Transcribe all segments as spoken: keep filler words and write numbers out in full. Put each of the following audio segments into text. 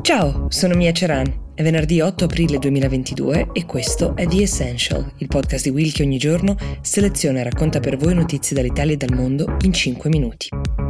Ciao, sono Mia Ceran. È venerdì otto aprile duemilaventidue e questo è The Essential, il podcast di Will che ogni giorno seleziona e racconta per voi notizie dall'Italia e dal mondo in cinque minuti.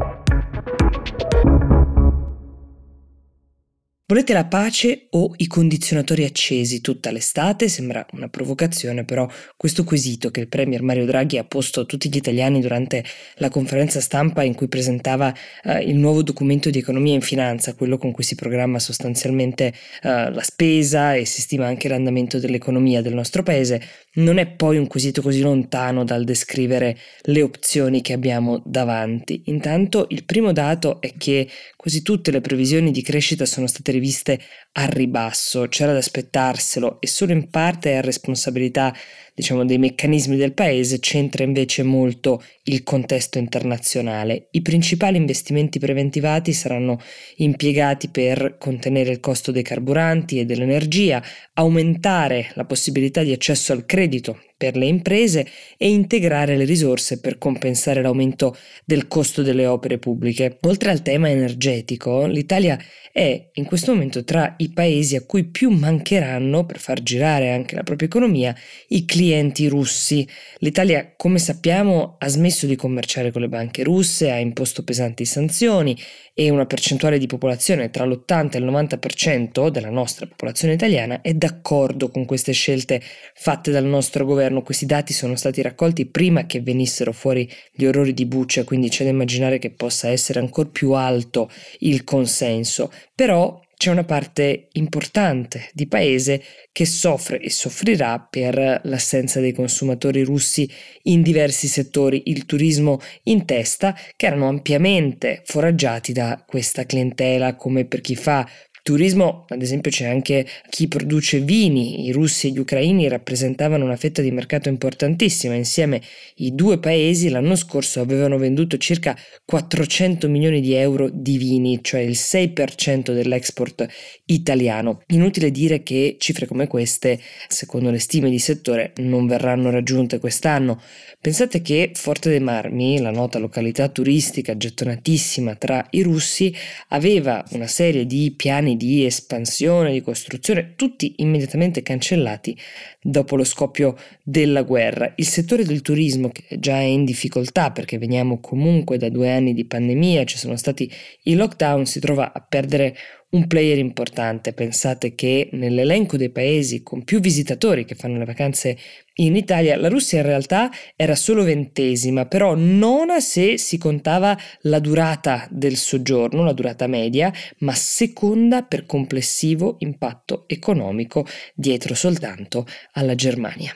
Volete la pace o i condizionatori accesi tutta l'estate? Sembra una provocazione, però questo quesito che il premier Mario Draghi ha posto a tutti gli italiani durante la conferenza stampa in cui presentava eh, il nuovo documento di economia e finanza, quello con cui si programma sostanzialmente eh, la spesa e si stima anche l'andamento dell'economia del nostro paese, non è poi un quesito così lontano dal descrivere le opzioni che abbiamo davanti. Intanto il primo dato è che quasi tutte le previsioni di crescita sono state riviste al ribasso, c'era da aspettarselo e solo in parte è responsabilità, diciamo, dei meccanismi del paese, c'entra invece molto il contesto internazionale. I principali investimenti preventivati saranno impiegati per contenere il costo dei carburanti e dell'energia, aumentare la possibilità di accesso al credito per le imprese e integrare le risorse per compensare l'aumento del costo delle opere pubbliche. Oltre al tema energetico, l'Italia è in questo momento tra i paesi a cui più mancheranno, per far girare anche la propria economia, i clienti russi. L'Italia, come sappiamo, ha smesso di commerciare con le banche russe, ha imposto pesanti sanzioni e una percentuale di popolazione tra l'ottanta e il novanta per cento della nostra popolazione italiana è d'accordo con queste scelte fatte dal nostro governo. Questi dati sono stati raccolti prima che venissero fuori gli orrori di Bucha, quindi c'è da immaginare che possa essere ancora più alto il consenso. Però c'è una parte importante di paese che soffre e soffrirà per l'assenza dei consumatori russi in diversi settori, il turismo in testa, che erano ampiamente foraggiati da questa clientela, come per chi fa turismo. Ad esempio c'è anche chi produce vini, i russi e gli ucraini rappresentavano una fetta di mercato importantissima, insieme i due paesi l'anno scorso avevano venduto circa quattrocento milioni di euro di vini, cioè il sei per cento dell'export italiano. Inutile dire che cifre come queste, secondo le stime di settore, non verranno raggiunte quest'anno. Pensate che Forte dei Marmi, la nota località turistica gettonatissima tra i russi, aveva una serie di piani di espansione, di costruzione, tutti immediatamente cancellati dopo lo scoppio della guerra. Il settore del turismo, che già è in difficoltà perché veniamo comunque da due anni di pandemia, ci sono stati i lockdown, si trova a perdere un player importante. Pensate che nell'elenco dei paesi con più visitatori che fanno le vacanze in Italia, la Russia in realtà era solo ventesima, però nona se si contava la durata del soggiorno, la durata media, ma seconda per complessivo impatto economico, dietro soltanto alla Germania.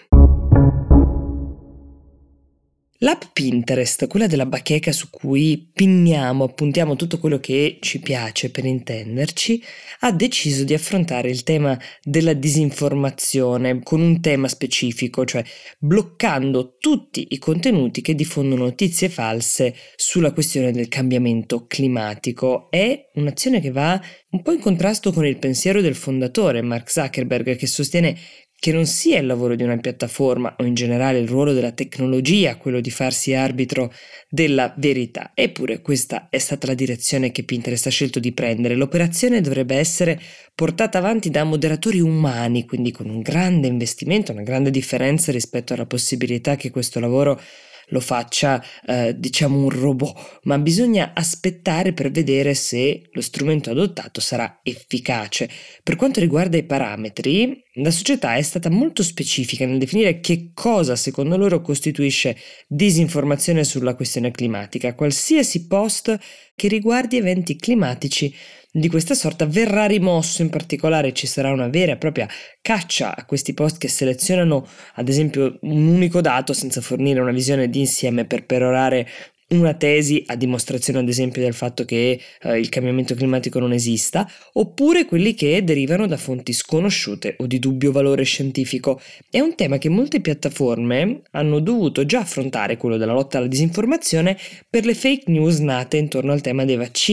L'app Pinterest, quella della bacheca su cui pinniamo, appuntiamo tutto quello che ci piace per intenderci, ha deciso di affrontare il tema della disinformazione con un tema specifico, cioè bloccando tutti i contenuti che diffondono notizie false sulla questione del cambiamento climatico. È un'azione che va un po' in contrasto con il pensiero del fondatore Mark Zuckerberg, che sostiene che non sia il lavoro di una piattaforma o in generale il ruolo della tecnologia quello di farsi arbitro della verità. Eppure questa è stata la direzione che Pinterest ha scelto di prendere. L'operazione dovrebbe essere portata avanti da moderatori umani, quindi con un grande investimento, una grande differenza rispetto alla possibilità che questo lavoro lo faccia eh, diciamo un robot, ma bisogna aspettare per vedere se lo strumento adottato sarà efficace. Per quanto riguarda i parametri, la società è stata molto specifica nel definire che cosa secondo loro costituisce disinformazione sulla questione climatica. Qualsiasi post che riguardi eventi climatici di questa sorta verrà rimosso. In particolare ci sarà una vera e propria caccia a questi post che selezionano ad esempio un unico dato senza fornire una visione d'insieme per perorare una tesi a dimostrazione ad esempio del fatto che eh, il cambiamento climatico non esista, oppure quelli che derivano da fonti sconosciute o di dubbio valore scientifico. È un tema che molte piattaforme hanno dovuto già affrontare, quello della lotta alla disinformazione, per le fake news nate intorno al tema dei vaccini.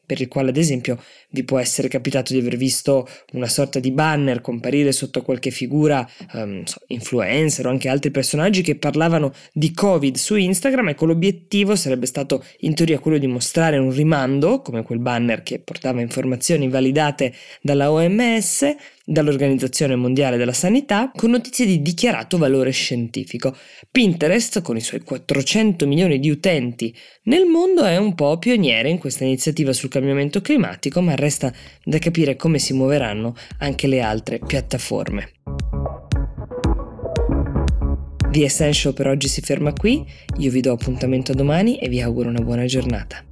per il quale ad esempio vi può essere capitato di aver visto una sorta di banner comparire sotto qualche figura, um, so, influencer o anche altri personaggi che parlavano di Covid su Instagram. Ecco, l'obiettivo sarebbe stato in teoria quello di mostrare un rimando, come quel banner che portava informazioni validate dalla O M S, dall'Organizzazione Mondiale della Sanità, con notizie di dichiarato valore scientifico. Pinterest, con i suoi quattrocento milioni di utenti nel mondo, è un po' pioniere in questa iniziativa sul cambiamento climatico, ma resta da capire come si muoveranno anche le altre piattaforme. The Essential per oggi si ferma qui, io vi do appuntamento domani e vi auguro una buona giornata.